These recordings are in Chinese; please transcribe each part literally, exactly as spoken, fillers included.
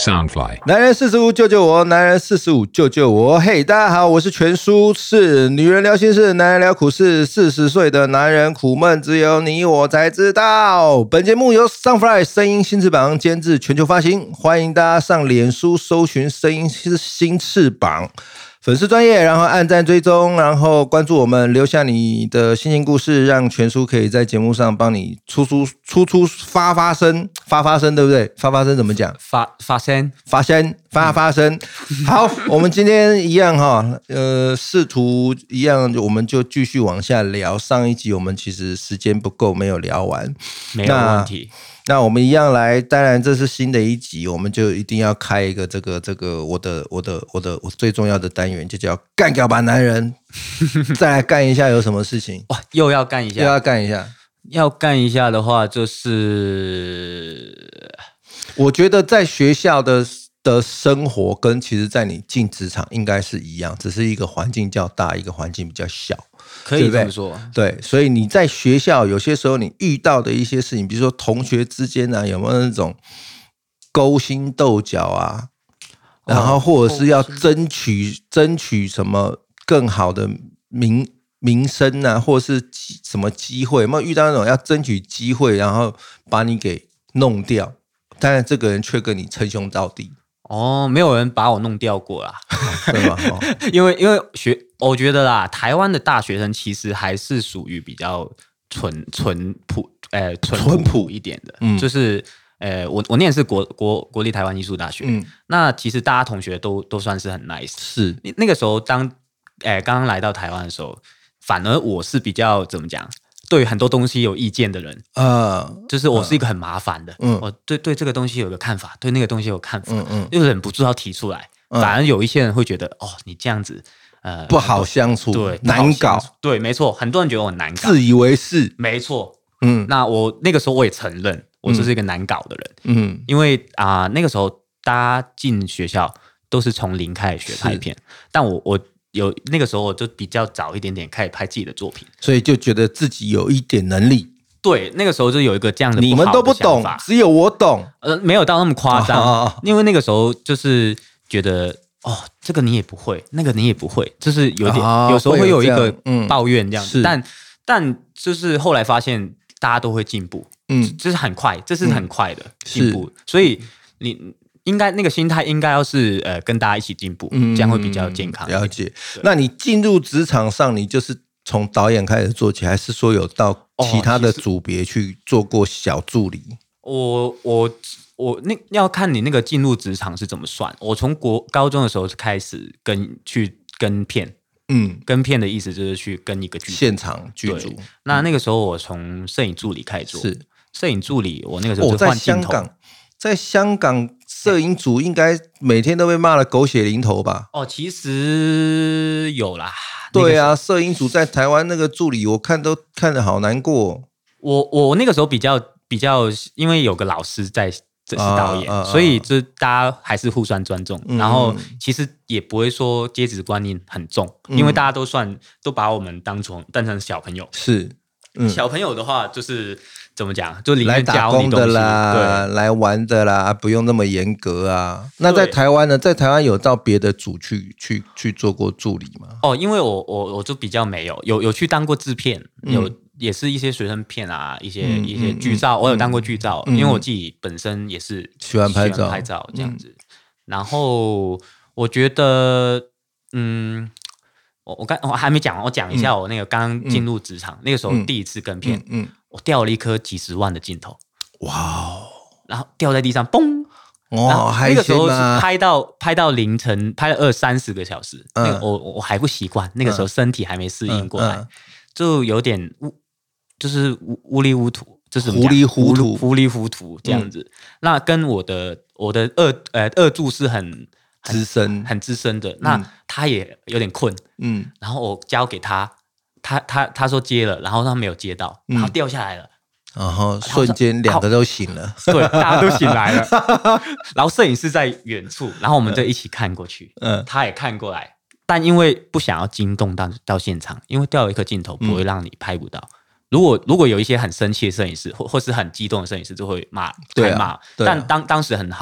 Soundfly， 男人四十五救救我，男人四十五救救我。嘿，大家好，我是全叔，是女人聊心事，男人聊苦事。四十岁的男人苦闷，只有你我才知道。本节目由 Soundfly 声音新翅膀监制，全球发行。欢迎大家上脸书搜寻声音新翅膀粉丝专页，然后按赞追踪，然后关注我们，留下你的心情故事，让全叔可以在节目上帮你出出出出发发声，发发声，对不对？发发声怎么讲？ 发发声， 发声，发发声。好，我们今天一样哈，呃，试图一样，我们就继续往下聊。上一集我们其实时间不够，没有聊完， 没有问题。 那我们一样来，当然这是新的一集，我们就一定要开一个这个这个我的我的我的我最重要的单元，就叫干掉吧男人。再来干一下有什么事情？ 哇，又要干一下， 又要干一下。 要干一下的话，就是我觉得在学校的的生活跟其实在你进职场应该是一样，只是一个环境较大，一个环境比较小。 可以这么说， 对，所以你在学校有些时候你遇到的一些事情，比如说同学之间啊，有没有那种勾心斗角啊，然后或者是要争取争取什么更好的名名声啊，或者是什么机会，有没有遇到那种要争取机会，然后把你给弄掉，但是这个人却跟你称兄道弟？ 哦，没有人把我弄掉过啦， 对吧？哦、 因为因为学，我觉得啦，台湾的大学生其实还是属于比较淳淳朴，呃，淳朴一点的，嗯、就是呃，我我念的是国国国立台湾艺术大学，嗯，那其实大家同学都都算是很 nice， 是那个时候当，呃，刚刚来到台湾的时候，反而我是比较怎么讲？对很多东西有意见的人，呃，就是我是一个很麻烦的，嗯，我对对这个东西有个看法，对那个东西有看法，嗯嗯，又忍不住要提出来，嗯、反而有一些人会觉得，哦，你这样子，呃， 不好相处， 对， 难搞， 对，没错，很多人觉得我难搞， 自以为是， 没错，嗯，那我那个时候我也承认，我就是一个难搞的人，嗯，因为啊、呃，那个时候大家进学校都是从零开始学拍片，但我我。有那个时候我就比较早一点点开始拍自己的作品， 所以就觉得自己有一点能力。 对，那个时候就有一个这样的不好的你们都不懂，只有我懂。 呃，没有到那么夸张，哦、因为那个时候就是觉得哦，这个你也不会，那个你也不会，就是有点、哦、有时候会有一个抱怨这样子。嗯、但但就是后来发现大家都会进步，嗯，就是很快，这是很快的进步，嗯、所以你。应该那个心态应该要是呃跟大家一起进步，嗯、这样会比较健康。 了解。那你进入职场上，你就是从导演开始做起，还是说有到其他的组别去做过小助理？ 哦、我我我那要看你那个进入职场是怎么算。我从国高中的时候就开始跟去跟片，嗯，跟片的意思就是去跟一个剧组现场剧组。 那那个时候我从摄影助理开始做，是摄影助理，我那个时候就换镜头。哦，在香港，在香港。摄影组应该每天都被骂得狗血淋头吧？ 哦，其实有啦。 对啊，摄影组在台湾那个助理，我看都看得好难过。 我我那个时候比较比较，因为有个老师在，这是导演，啊啊、所以就大家还是互相尊重。嗯、然后其实也不会说阶级观念很重，嗯、因为大家都算都把我们当成当成小朋友。 是， 嗯、小朋友的话就是。怎么讲？就里面来打工的啦，来玩的啦，不用那么严格啊。那在台湾呢？在台湾有到别的组去去去做过助理吗？ 哦，因为我我我就比较没有，有有去当过制片，有、嗯、也是一些学生片啊，一些、嗯、一些剧照，嗯、我有当过剧照，嗯、因为我自己本身也是喜欢拍照， 拍照这样子。嗯、然后我觉得，嗯。我我刚我还没讲，我讲一下我那个刚刚进入职场、嗯、那个时候第一次跟片，嗯嗯嗯、我掉了一颗几十万的镜头，哇哦！然后掉在地上，嘣！哇，那个时候是拍到拍到凌晨，拍了二三十个小时，嗯、那个我我还不习惯，那个时候身体还没适应过来，嗯嗯、就有点乌，就是乌里糊涂，就是糊里糊涂， 糊里糊涂这样子。嗯、那跟我的我的二呃二助是很。 资深很资深的，那他也有点困，嗯，然后我交给他，他他他说接了，然后他没有接到，然后掉下来了， 嗯、然后瞬间两个都醒了， 对，大家都醒来了，然后摄影师在远处，然后我们就一起看过去，嗯，他也看过来，但因为不想要惊动到到现场，因为掉了一颗镜头不会让你拍不到。嗯、如果如果有一些很生气的摄影师，或或是很激动的摄影师，就会骂，开骂。啊、但当当时很好。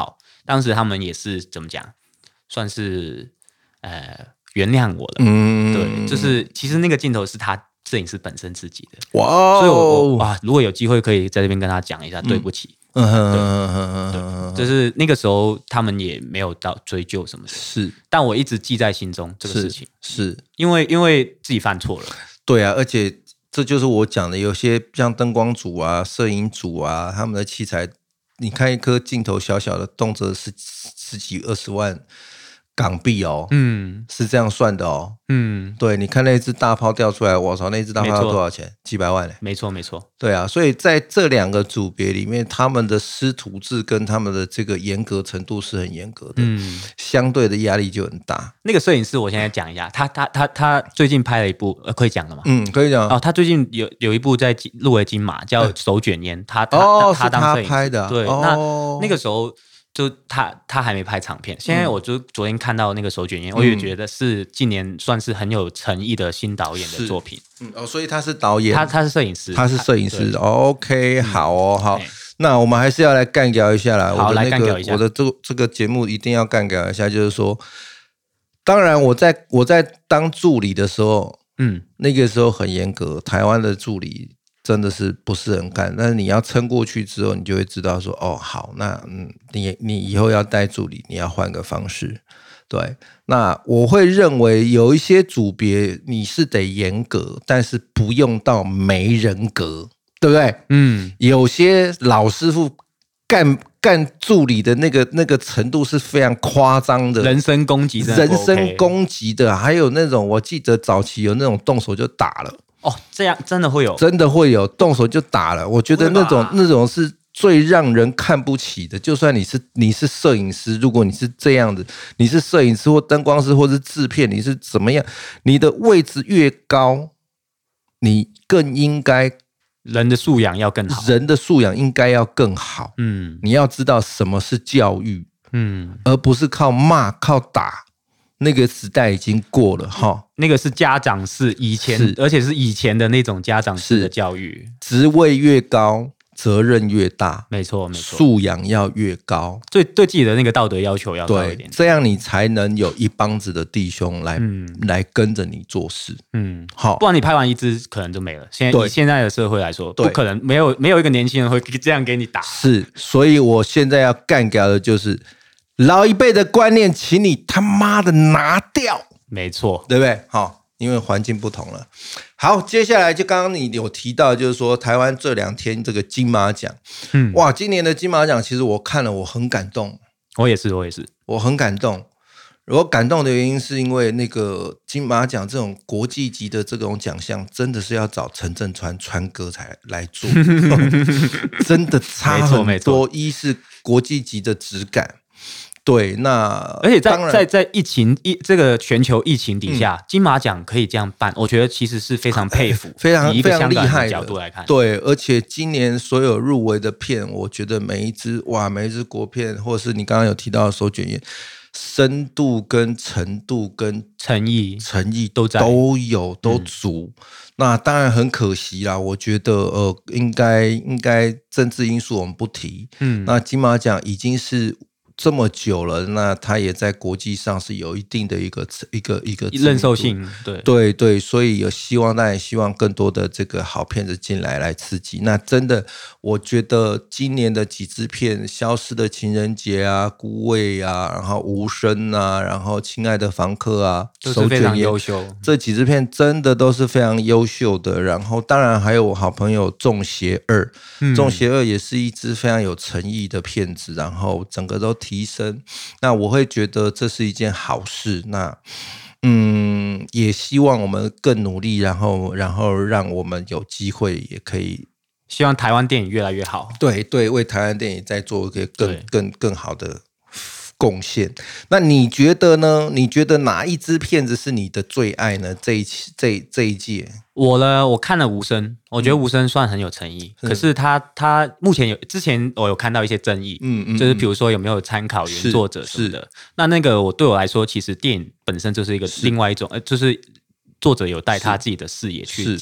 当时他们也是怎么讲，算是呃原谅我了。 嗯， 对，就是其实那个镜头是他摄影师本身自己的。 哇、哦， 所以我我哇，如果有机会可以在这边跟他讲一下，嗯、对不起。 嗯哼哼哼哼，对，就是那个时候他们也没有到追究什么的， 是， 但我一直记在心中这个事情， 是，是因为因为自己犯错了， 对啊，而且这就是我讲的，有些像灯光组啊、摄影组啊，他们的器材，你看一颗镜头小小的，动辄是十几二十万港币哦，嗯，是这样算的哦，嗯，对，你看那只大炮掉出来，我操，那只大炮要多少钱？几百万嘞、欸， 没错没错， 对啊，所以在这两个组别里面，他们的师徒制跟他们的这个严格程度是很严格的，嗯，相对的压力就很大。 那个摄影师，我现在讲一下，他他他他最近拍了一部，呃，可以讲的吗？ 嗯，可以讲哦，他最近有有一部在入围金马，叫《手卷烟》，他他、 哦、 他当摄影师是他拍的、啊， 对， 哦、 那那个时候。就他他还没拍长片，现在我就昨天看到那个手卷烟，嗯、我也觉得是今年算是很有诚意的新导演的作品。 嗯哦，所以他是导演， 他他是摄影师， 他是摄影师。OK， 嗯、好哦，好，那我们还是要来干掉一下啦。 好， 我的那个、 来干掉一下。 我的这这个节目一定要干掉一下，就是说，当然我在我在当助理的时候，嗯，那个时候很严格，台湾的助理。真的是不是很干，但是你要撑过去之后，你就会知道说，哦，好，那嗯，你你以后要带助理，你要换个方式，对。那我会认为有一些组别你是得严格，但是不用到没人格，对不对？嗯，有些老师傅干干助理的那个那个程度是非常夸张的， 人身攻击， 人身攻击的，还有那种我记得早期有那种动手就打了。 哦，这样真的会有， 真的会有动手就打了。我觉得那种那种是最让人看不起的。就算你是你是摄影师，如果你是这样子，你是摄影师或灯光师或是制片，你是怎么样？你的位置越高，你更应该人的素养要更好， 人的素养应该要更好。嗯，你要知道什么是教育，嗯，而不是靠骂靠打。那个时代已经过了哈， 那个是家长式以前，而且是以前的那种家长式的教育。 职位越高，责任越大， 没错没错， 素养要越高， 对对自己的那个道德要求要高一点， 这样你才能有一帮子的弟兄来、嗯、来跟着你做事。嗯，好， 不然你拍完一支可能就没了。现在以现在的社会来说，不可能没有没有一个年轻人会这样给你打。 是，所以我现在要干掉的就是。老一辈的观念，请你他妈的拿掉， 没错， 对不对？好，因为环境不同了。好，接下来就刚刚你有提到，就是说台湾这两天这个金马奖，嗯，哇，今年的金马奖其实我看了，我很感动。 我也是，我也是， 我很感动。我感动的原因是因为那个金马奖这种国际级的这种奖项，真的是要找陈振川川哥才来做，真的差很多。一是国际级的质感。对，那而且在在在疫情疫这个全球疫情底下，嗯、金马奖可以这样办，我觉得其实是非常佩服， 非常以一个香港人的角度来看， 对，而且今年所有入围的片，我觉得每一支哇，每一支国片，或是你刚刚有提到的手卷烟，深度跟程度跟诚意诚意都在都有都足。嗯、那当然很可惜啦，我觉得呃，应该应该政治因素我们不提，嗯，那金马奖已经是。这么久了，那他也在国际上是有一定的一个一个一个认受性，对对对，所以有希望，当然希望更多的这个好片子进来来刺激。那真的，我觉得今年的几支片，《消失的情人节》啊，《孤味》啊，然后《无声》啊，然后《亲爱的房客》啊， 都是非常优秀。 这几支片真的都是非常优秀的。然后当然还有我好朋友《中邪二》，嗯，《中邪二》也是一支非常有诚意的片子，然后整个都提升，那我会觉得这是一件好事。那嗯，也希望我们更努力，然后然后让我们有机会也可以， 希望台湾电影越来越好。 对对，为台湾电影再做一个更更更好的贡献。那你觉得呢？你觉得哪一支片子是你的最爱呢？这一期这这一届， 我呢，我看了无声，我觉得无声算很有诚意，嗯、可是他他目前有之前我有看到一些争议，嗯嗯，就是比如说有没有参考原作者什么的。那那个我对我来说，其实电影本身就是一个另外一种，呃，就是作者有带他自己的视野去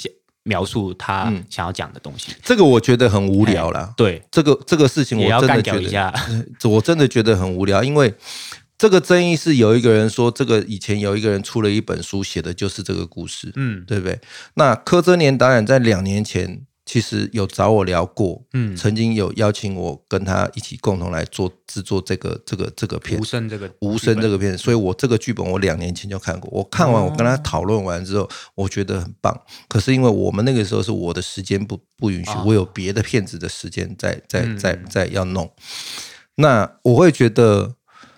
描述他想要讲的东西。 嗯、这个我觉得很无聊啦。 对， 这个这个事情我真的觉得，我真的觉得很无聊，因为这个争议是有一个人说，这个以前有一个人出了一本书，写的就是这个故事，嗯，对不对？那柯贞年导演在两年前其实有找我聊过，嗯，曾经有邀请我跟他一起共同来做制作这个这个这个片， 无声这个无声这个片，所以我这个剧本我两年前就看过，我看完我跟他讨论完之后，我觉得很棒。可是因为我们那个时候是我的时间不不允许，我有别的片子的时间在在在在要弄，那我会觉得。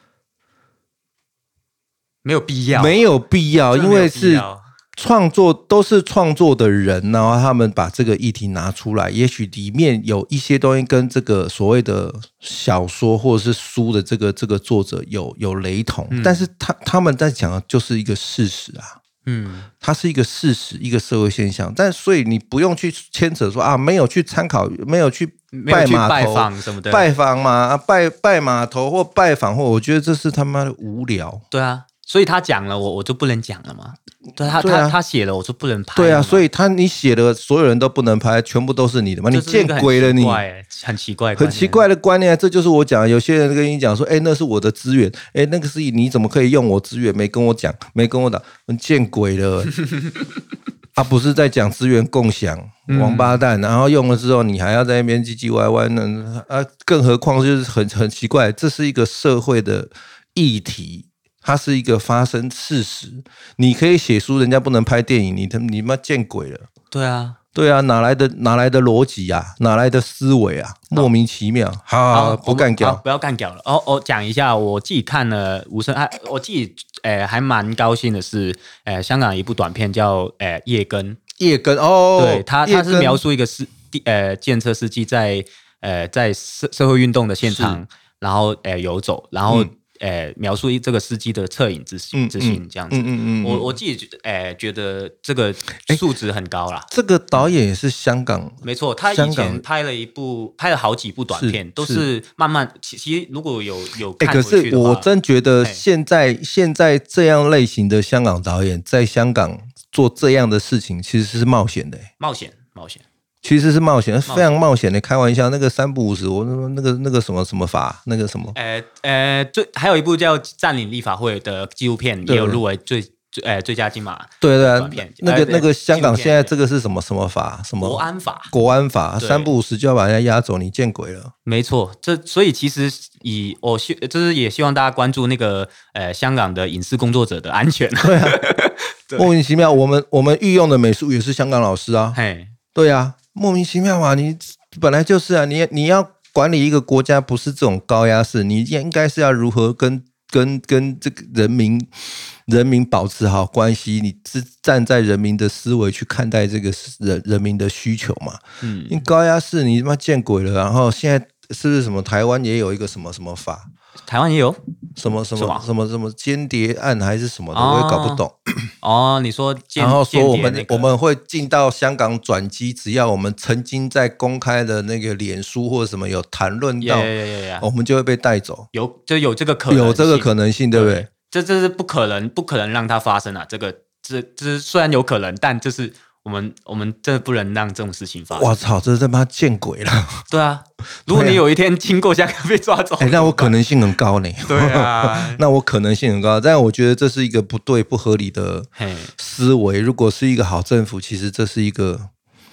没有必要， 没有必要，因为是创作都是创作的人，然后他们把这个议题拿出来，也许里面有一些东西跟这个所谓的小说或者是书的这个这个作者有有雷同，嗯、但是他他们在讲的就是一个事实啊，嗯，它是一个事实，一个社会现象，但所以你不用去牵扯说啊，没有去参考，没有去拜码头、 拜访什么的， 拜访嘛，拜拜码头或拜访或，我觉得这是他妈的无聊， 对啊。所以他讲了，我我就不能讲了嘛。对他对、啊、 他他写了，我就不能拍。 对啊，所以他你写的所有人都不能拍，全部都是你的嘛？你见鬼了你！ 很奇怪， 很奇怪的观念，这就是我讲。有些人跟你讲说，哎、欸，那是我的资源，哎、欸，那个是你怎么可以用我资源？没跟我讲，没跟我打，见鬼了！啊，不是在讲资源共享，王八蛋！然后用了之后，你还要在那边唧唧歪歪呢啊！更何况就是很很奇怪，这是一个社会的议题。它是一个发生事实，你可以写书，人家不能拍电影，你他你妈见鬼了！ 对啊， 对啊，哪来的哪来的逻辑啊？哪来的思维啊？莫名其妙。好，好好不干掉， 不要干掉了。哦，我讲一下，我自己看了无声，我自己诶、呃、还蛮高兴的是，诶、呃、香港一部短片叫诶、呃、夜更， 夜更哦， 对他他是描述一个司呃建车司机在呃在社社会运动的现场，然后诶、呃、游走，然后。嗯呃，描述这个司机的恻隐之心，之心这样子。嗯嗯嗯，我我自己呃觉得这个素质很高啦。 欸、这个导演也是香港， 没错，他以前拍了一部，拍了好几部短片，是都是慢慢。其实如果有有看回去的话， 欸、可是我真觉得现在、欸、现在这样类型的香港导演在香港做这样的事情，其实是冒险的、欸。 冒险，冒险。 其实是冒险，非常冒险的。开玩笑，那个三不五十，我那个那个什么什么法，那个什么， 呃呃，最还有一部叫《占领立法会》的纪录片，也有入围最最呃最佳金马。 对对啊，那个那个香港现在这个是什么什么法？什么国安法？ 国安法，三不五十就要把人家押走，你见鬼了！ 没错，这所以其实以我希就是也希望大家关注那个呃香港的影视工作者的安全。 对啊，莫名其妙，我们我们御用的美术也是香港老师啊。 嘿， 对啊。莫名其妙嘛，你本来就是啊，你你要管理一个国家，不是这种高压式，你应该是要如何跟跟跟这个人民人民保持好关系，你是站在人民的思维去看待这个人人民的需求嘛？嗯，你高压式，你他妈见鬼了！然后现在是不是什么台湾也有一个什么什么法？ 台湾也有什么什么什么什么间谍案还是什么的，哦、我也搞不懂。 哦，你说间， 然后说我们、 那個、 我们会进到香港转机，只要我们曾经在公开的那个脸书或者什么有谈论到， yeah, yeah, yeah, yeah. 我们就会被带走。 有就有这个可能性， 有这个可能性，对不对？ 这这是不可能，不可能让它发生啊！这个这这虽然有可能，但这是。我们我们真的不能让这种事情发生。 我操，这他妈见鬼了！ 对啊，如果你有一天经过香港被抓走， 哎、欸，那我可能性很高呢。 对啊， 那我可能性很高，但我觉得这是一个不对、不合理的思维。如果是一个好政府，其实这是一个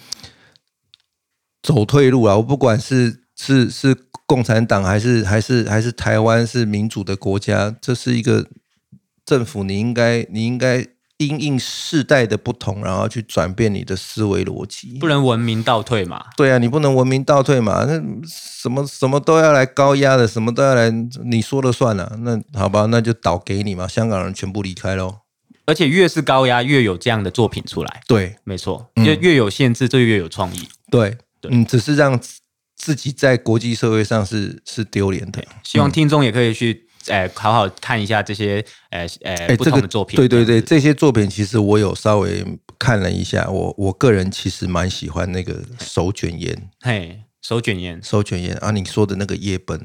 走退路啊！我不管是是是共产党还是还是还是台湾是民主的国家，这是一个政府，你应该你应该。因应世代的不同，然后去转变你的思维逻辑， 不能文明倒退嘛？ 对啊，你不能文明倒退嘛？那什么什么都要来高压的，什么都要来，你说了算啊？那好吧，那就倒给你嘛，香港人全部离开咯。 而且越是高压，越有这样的作品出来。 对， 没错，就越有限制，就越有创意。 对，对嗯，只是让自己在国际社会上是是丢脸的。 希望听众也可以去。呃，好好看一下这些呃呃不同的作品、 欸这个。对对对，这些作品其实我有稍微看了一下，我我个人其实蛮喜欢那个手卷烟。 嘿，手卷烟， 手卷烟啊！你说的那个夜奔，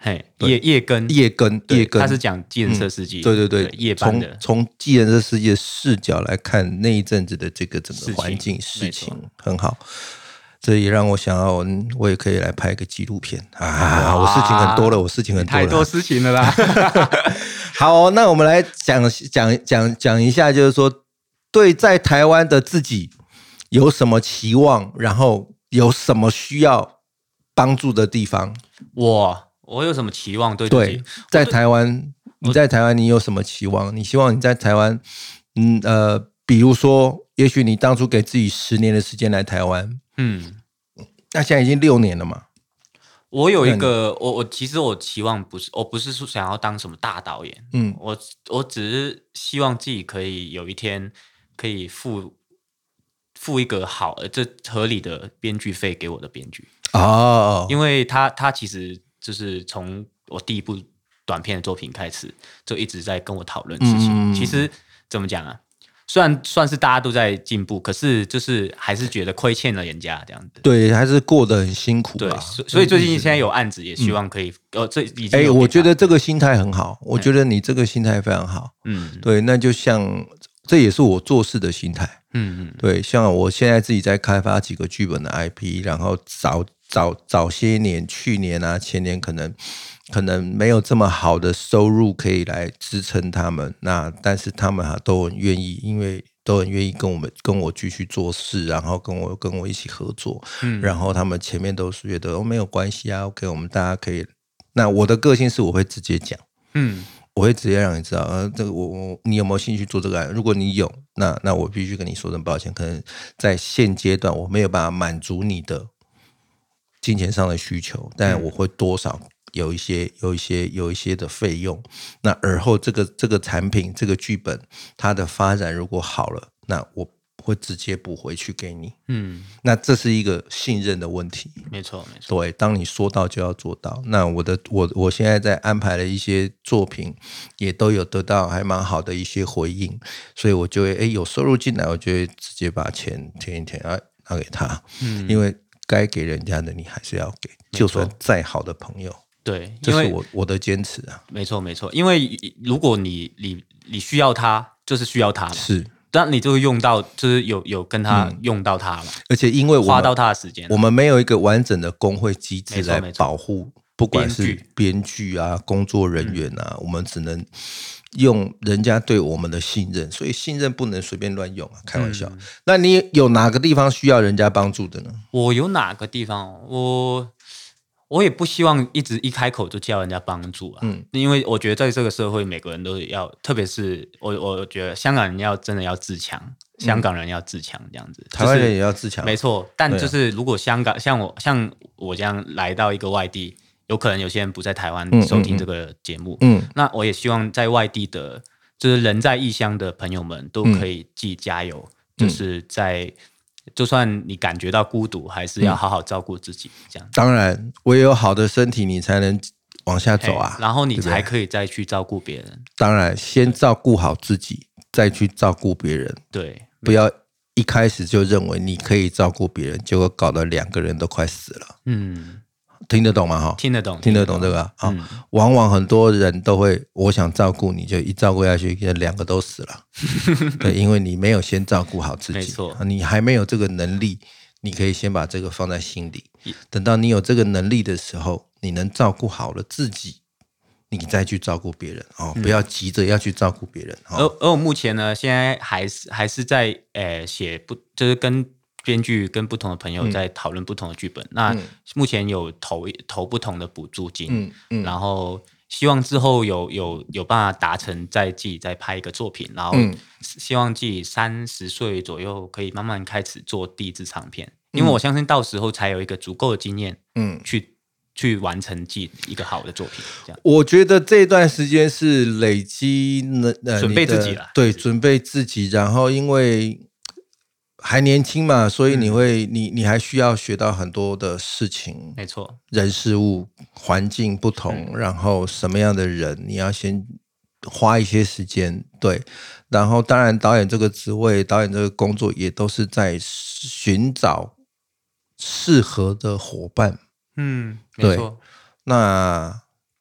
嘿，夜夜更夜更夜更， 他是讲计程车司机、 嗯，对对对， 对夜班的， 从从计程车司机的视角来看那一阵子的这个整个环境事情, 事情很好。这也让我想要，我也可以来拍个纪录片啊！我事情很多了，我事情很多了， 太多事情了啦。 好，那我们来讲讲讲讲一下，就是说，对在台湾的自己有什么期望，然后有什么需要帮助的地方？ 我我有什么期望？对自己， 对，在台湾，你在台湾你有什么期望？你希望你在台湾，嗯呃，比如说，也许你当初给自己十年的时间来台湾。嗯，那现在已经六年了嘛。 我有一个，我我其实我期望不是，我不是说想要当什么大导演，嗯，我我只是希望自己可以有一天可以付付一个好这合理的编剧费给我的编剧哦，因为他他其实就是从我第一部短片的作品开始，就一直在跟我讨论事情。嗯、其实怎么讲啊？虽然算是大家都在进步，可是就是还是觉得亏欠了人家这样子。 对，还是过得很辛苦吧。 对，所以最近现在有案子，也希望可以。嗯、呃，这已经。 哎、欸，我觉得这个心态很好，我觉得你这个心态非常好。嗯，对，那就像这也是我做事的心态。嗯嗯，对，像我现在自己在开发几个剧本的 I P， 然后早早早些年，去年啊，前年可能。可能没有这么好的收入可以来支撑他们，那但是他们都很愿意，因为都很愿意跟我们跟我继续做事，然后跟我跟我一起合作，嗯，然后他们前面都是觉得哦没有关系啊 ，OK， 我们大家可以。那我的个性是我会直接讲，嗯，我会直接让你知道，呃，这个我我你有没有兴趣做这个案？如果你有，那那我必须跟你说声抱歉，可能在现阶段我没有办法满足你的金钱上的需求，但我会多少。有一些有一些有一些的费用，那而后这个这个产品这个剧本它的发展如果好了，那我会直接补回去给你。嗯，那这是一个信任的问题。 没错没错， 对，当你说到就要做到。那我的我我现在在安排的一些作品，也都有得到还蛮好的一些回应，所以我就会哎有收入进来，我就会直接把钱填一填啊拿给他。嗯，因为该给人家的你还是要给，就算再好的朋友。 对， 这是我我的坚持啊。 没错没错，因为如果你你你需要它，就是需要它嘛。 是， 但你就会用到，就是有有跟他用到它嘛。嗯、 而且因为我花到他的时间， 我们没有一个完整的工会机制来保护，不管是编剧啊、工作人员啊，嗯、我们只能用人家对我们的信任，所以信任不能随便乱用啊，开玩笑。嗯、那你有哪个地方需要人家帮助的呢？ 我有哪个地方我。我也不希望一直一开口就叫人家帮助啊，嗯，因为我觉得在这个社会，每个人都要，特别是我，我觉得香港人要真的要自强，香港人要自强这样子， 台湾人也要自强， 没错。但就是如果香港像我像我这样来到一个外地，有可能有些人不在台湾收听这个节目，嗯，嗯嗯那我也希望在外地的，就是人在异乡的朋友们都可以继续加油，嗯、就是在。就算你感觉到孤独，还是要好好照顾自己。这样、嗯， 当然，唯有好的身体，你才能往下走啊。 然后你才可以再去照顾别人。 当然，先照顾好自己，再去照顾别人。 对， 不要一开始就认为你可以照顾别人，结果搞得两个人都快死了。嗯。听得懂吗？哈， 听得懂， 听得懂这个啊、嗯。往往很多人都会，我想照顾你，就一照顾下去，两个都死了。对，因为你没有先照顾好自己， 没错， 你还没有这个能力，你可以先把这个放在心里。等到你有这个能力的时候，你能照顾好了自己，你再去照顾别人哦，不要急着要去照顾别人。 嗯、而而我目前呢，现在还是还是在呃写不，就是跟。编剧跟不同的朋友在讨论不同的剧本，嗯、那目前有投投不同的补助金，嗯嗯、然后希望之后有有有办法达成，再自己再拍一个作品，然后希望自己三十岁左右可以慢慢开始做第一支长片，嗯、因为我相信到时候才有一个足够的经验，嗯，去去完成自己一个好的作品。这样， 我觉得这段时间是累积呃准备自己了， 对，准备自己，然后因为。还年轻嘛，所以你会，嗯、你你还需要学到很多的事情， 没错， 人事物环境不同，嗯、然后什么样的人，你要先花一些时间，对，然后当然导演这个职位，导演这个工作也都是在寻找适合的伙伴， 嗯，没错， 那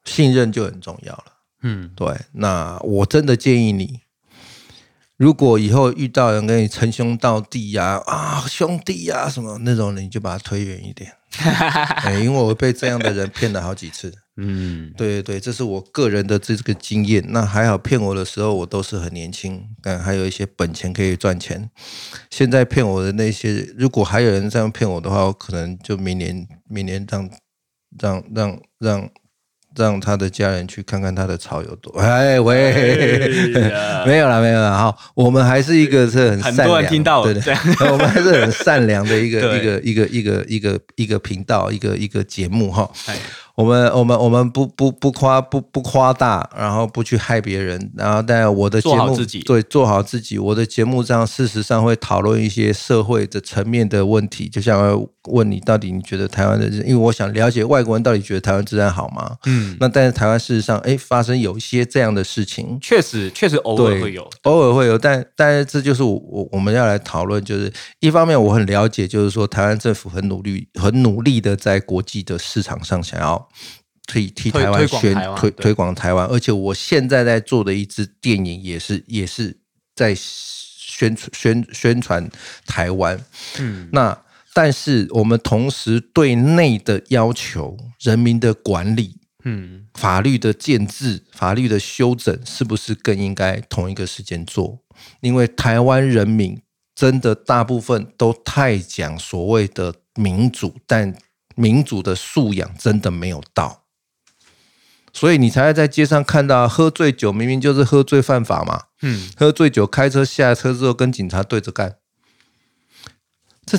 信任就很重要了。 嗯， 对，那我真的建议你，如果以后遇到人跟你称兄道弟呀、啊，啊兄弟呀、啊、什么那种人，你就把他推远一点。欸、因为我被这样的人骗了好几次。嗯，对对，这是我个人的这个经验。那还好，骗我的时候我都是很年轻，但还有一些本钱可以赚钱。现在骗我的那些，如果还有人这样骗我的话，我可能就明年明年让让让让。让他的家人去看看他的草有多。哎喂，哎、没有啦，没有啦。好，我们还是一个是很善良， 很多人听到， 对对，我们还是很善良的一个一个一个一个一个一个频道，一个一个节目哈。我们我们我们不不不夸不不夸大，然后不去害别人，然后但我的节目做好自己， 对，做好自己。我的节目上事实上会讨论一些社会的层面的问题，就像问你到底你觉得台湾的，因为我想了解外国人到底觉得台湾治安好吗？嗯，那但是台湾事实上，哎，发生有一些这样的事情， 确实确实偶尔会有， 偶尔会有，但但是这就是我我我们要来讨论，就是一方面我很了解，就是说台湾政府很努力很努力的在国际的市场上想要。替替台湾宣推推广台湾，而且我现在在做的一支电影也是也是在宣宣宣传台湾。嗯，那但是我们同时对内的要求、人民的管理、嗯，法律的建制、法律的修整，是不是更应该同一个时间做？因为台湾人民真的大部分都太讲所谓的民主，但民主的素养真的没有到。所以你才会在街上看到喝醉酒，明明就是喝醉犯法嘛。嗯，喝醉酒开车下车之后跟警察对着干，这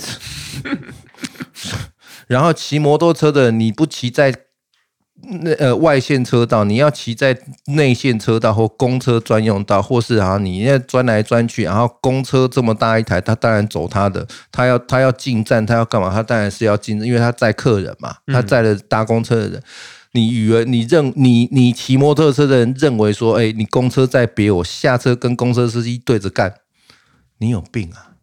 然后骑摩托车的你不骑在呃外线车道，你要骑在内线车道或公车专用道，或是啊你要钻来钻去，然后公车这么大一台，他当然走他的，他要他要进站，他要干嘛？他当然是要进，因为他载客人嘛，他载了搭公车的人。你以为你认你你骑摩托车的人认为说，哎、欸，你公车在别我下车跟公车司机对着干，你有病啊！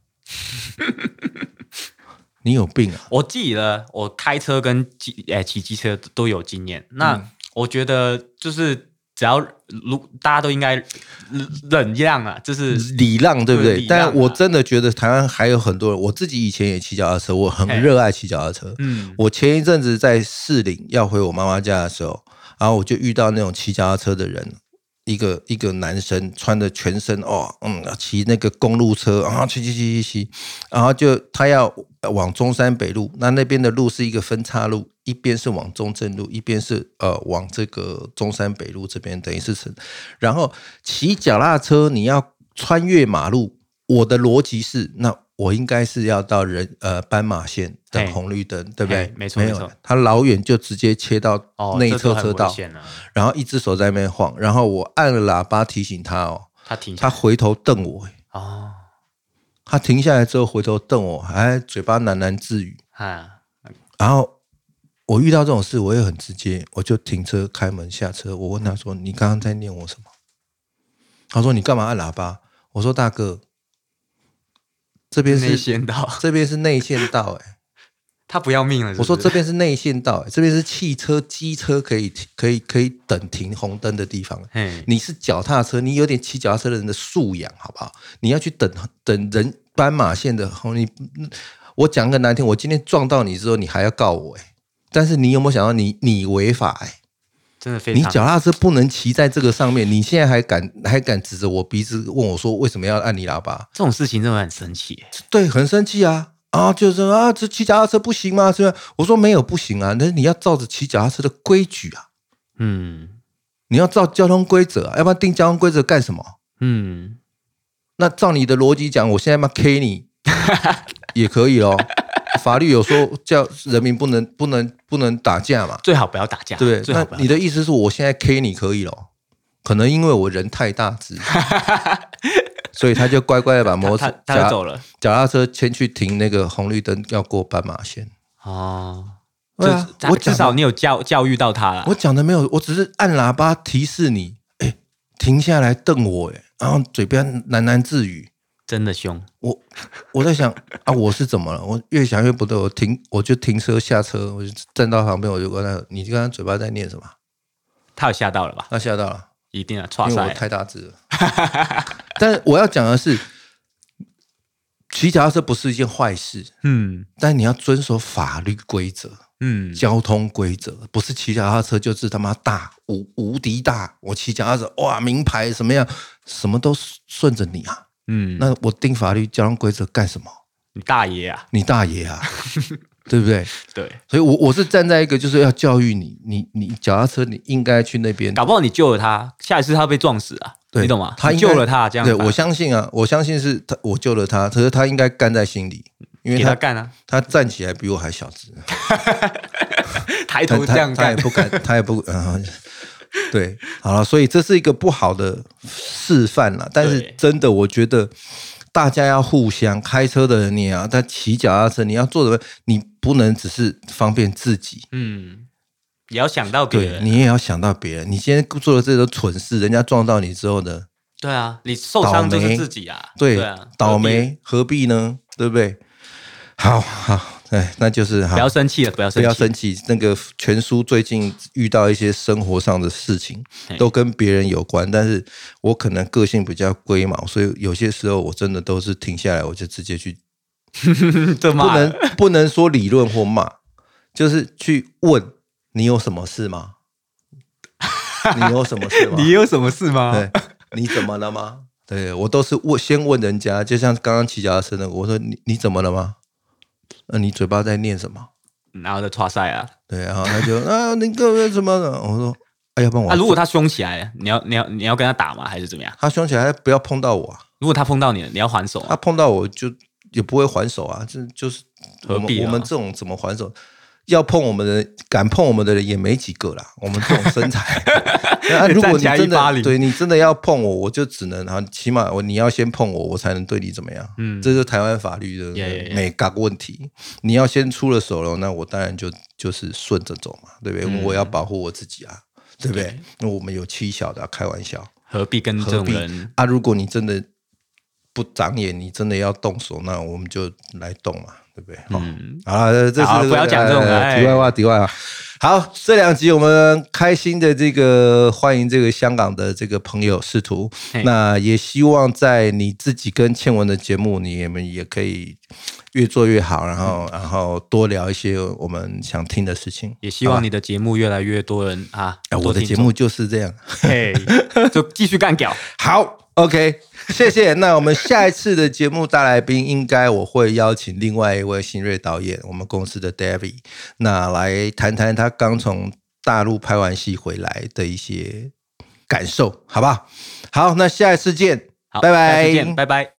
你有病啊！ 我记得我开车跟骑哎骑机车都有经验，那、嗯、我觉得就是只要如大家都应该忍让啊，就是礼让，对不对？对啊、但我真的觉得台湾还有很多人，我自己以前也骑脚踏车，我很热爱骑脚踏车。嗯，我前一阵子在士林要回我妈妈家的时候，然后我就遇到那种骑脚踏车的人，一个一个男生穿的全身哦，嗯，骑那个公路车，然后骑骑骑骑骑，然后就他要往中山北路，那那边的路是一个分岔路。一边是往中正路，一边是呃往这个中山北路这边，等于是城。然后骑脚踏车，你要穿越马路，我的逻辑是，那我应该是要到人呃斑马线等红绿灯，对不对？ 没错没错。 他老远就直接切到内侧车道， 哦、 然后一只手在那边晃，然后我按了喇叭提醒他哦， 他停， 他回头瞪我，哦，他停下来之后回头瞪我，还嘴巴喃喃自语，啊，然后。我遇到这种事，我也很直接，我就停车开门下车。我问他说：“你刚刚在念我什么？”他说：“你干嘛按喇叭？”我说：“大哥，这边是内线道， 这边是内线道、欸，哎， 他不要命了是不是。” 我说：“这边是内线道、欸，这边是汽车、机车可以可以可以等停红灯的地方。你是脚踏车，你有点骑脚踏车的人的素养，好不好？你要去等等人斑马线的红，你我讲个难听，我今天撞到你之后，你还要告我、欸，哎。”但是你有没有想到你你违法哎、欸？ 真的非常， 你脚踏车不能骑在这个上面，你现在还敢还敢指着我鼻子问我说为什么要按你喇叭？ 这种事情真的很生气， 对，很生气啊啊！就是啊，这骑脚踏车不行吗？是吧？我说没有不行啊，但是你要照着骑脚踏车的规矩啊，嗯，你要照交通规则啊，要不然定交通规则干什么？嗯，那照你的逻辑讲，我现在要 K 你也可以咯。法律有说叫人民不能不能不能打架嘛， 最好不要打架， 对不对？那你的意思是我现在 K 你可以咯？可能因为我人太大只，所以他就乖乖的把摩托车他他走了， 脚踏车牵去停那个红绿灯要过斑马线。 哦，对啊，我至少你有教教育到他了。 我讲的没有，我只是按喇叭提示你，哎，停下来瞪我，哎，然后嘴边喃喃自语。 真的凶， 我我在想啊，我是怎么了？我越想越不对，我停，我就停车下车，我就站到旁边，我就跟他，你刚刚嘴巴在念什么？ 他有吓到了吧？ 他吓到了， 一定啊， 因为我太大只了。但是我要讲的是，骑脚踏车不是一件坏事，嗯，但你要遵守法律规则，嗯，交通规则，不是骑脚踏车就是他妈大无无敌大，我骑脚踏车哇名牌什么样，什么都顺着你啊，嗯，那我定法律交通规则干什么？ 你大爷啊！ 你大爷啊！对不对？ 对， 所以我，我我是站在一个就是要教育你，你你脚踏车你应该去那边， 搞不好你救了他，下一次他被撞死啊，你懂吗？ 他救了他，这样对我相信啊，我相信是他，我救了他，可是他应该干在心里，因为 他, 他干啊， 他站起来比我还小只， 抬头这样干， 他, 他也不敢，他也不，呃、对，好了，所以这是一个不好的示范啦。但是真的，我觉得。大家要互相开车的人，你也要在骑脚踏车，你要做的，你不能只是方便自己，嗯， 也要想到别人， 对，你也要想到别人。你今天做了这种蠢事，人家撞到你之后呢？ 对啊，你受伤就是自己啊， 对， 对啊， 倒霉何必呢？对不对？好好，哎，那就是不要生气了，不要生气， 不要生气。那个全叔最近遇到一些生活上的事情，都跟别人有关，但是我可能个性比较龟毛，所以有些时候我真的都是停下来，我就直接去，不能不能说理论或骂，就是去问你有什么事吗？你有什么事吗？ 你有什么事吗？ 对，你怎么了吗？对我都是问，先问人家，就像刚刚骑脚踏车那个，我说你你怎么了吗？那、啊、你嘴巴在念什么？ 然后在唰塞啊， 对，然后他就啊，那个什么的，我说，哎，要不然我啊，如果他凶起来，你要你要你要跟他打吗？还是怎么样？ 他凶起来，不要碰到我、啊。 如果他碰到你了，你要还手、啊。 他碰到我就也不会还手啊，这就是我们、 何必、啊、 我们这种怎么还手？要碰我们的人，敢碰我们的人也没几个啦。我们这种身材，啊、如果你真的对你真的要碰我，我就只能啊，起码我你要先碰我，我才能对你怎么样。嗯，这就是台湾法律的美感问题。Yeah, yeah, yeah. 你要先出了手了，那我当然就就是顺着走嘛，对不对？嗯、我要保护我自己啊，对不对？因为我们有妻小的、啊，开玩笑， 何必跟这种人啊？如果你真的不长眼，你真的要动手，那我们就来动嘛。对不对？嗯，好了，这是不要讲这种题外话，题外话。好，这两集我们开心的这个欢迎这个香港的这个朋友试图，那也希望在你自己跟倩文的节目，你们也可以越做越好，然后然后多聊一些我们想听的事情。 也希望你的节目越来越多人啊， 哎，我的节目就是这样， 嘿，就继续干屌。 好。OK， 谢谢。那我们下一次的节目大来宾，应该我会邀请另外一位新锐导演，我们公司的 David， 那来谈谈他刚从大陆拍完戏回来的一些感受，好不好？好，那下一次见，拜拜， 下次见，拜拜。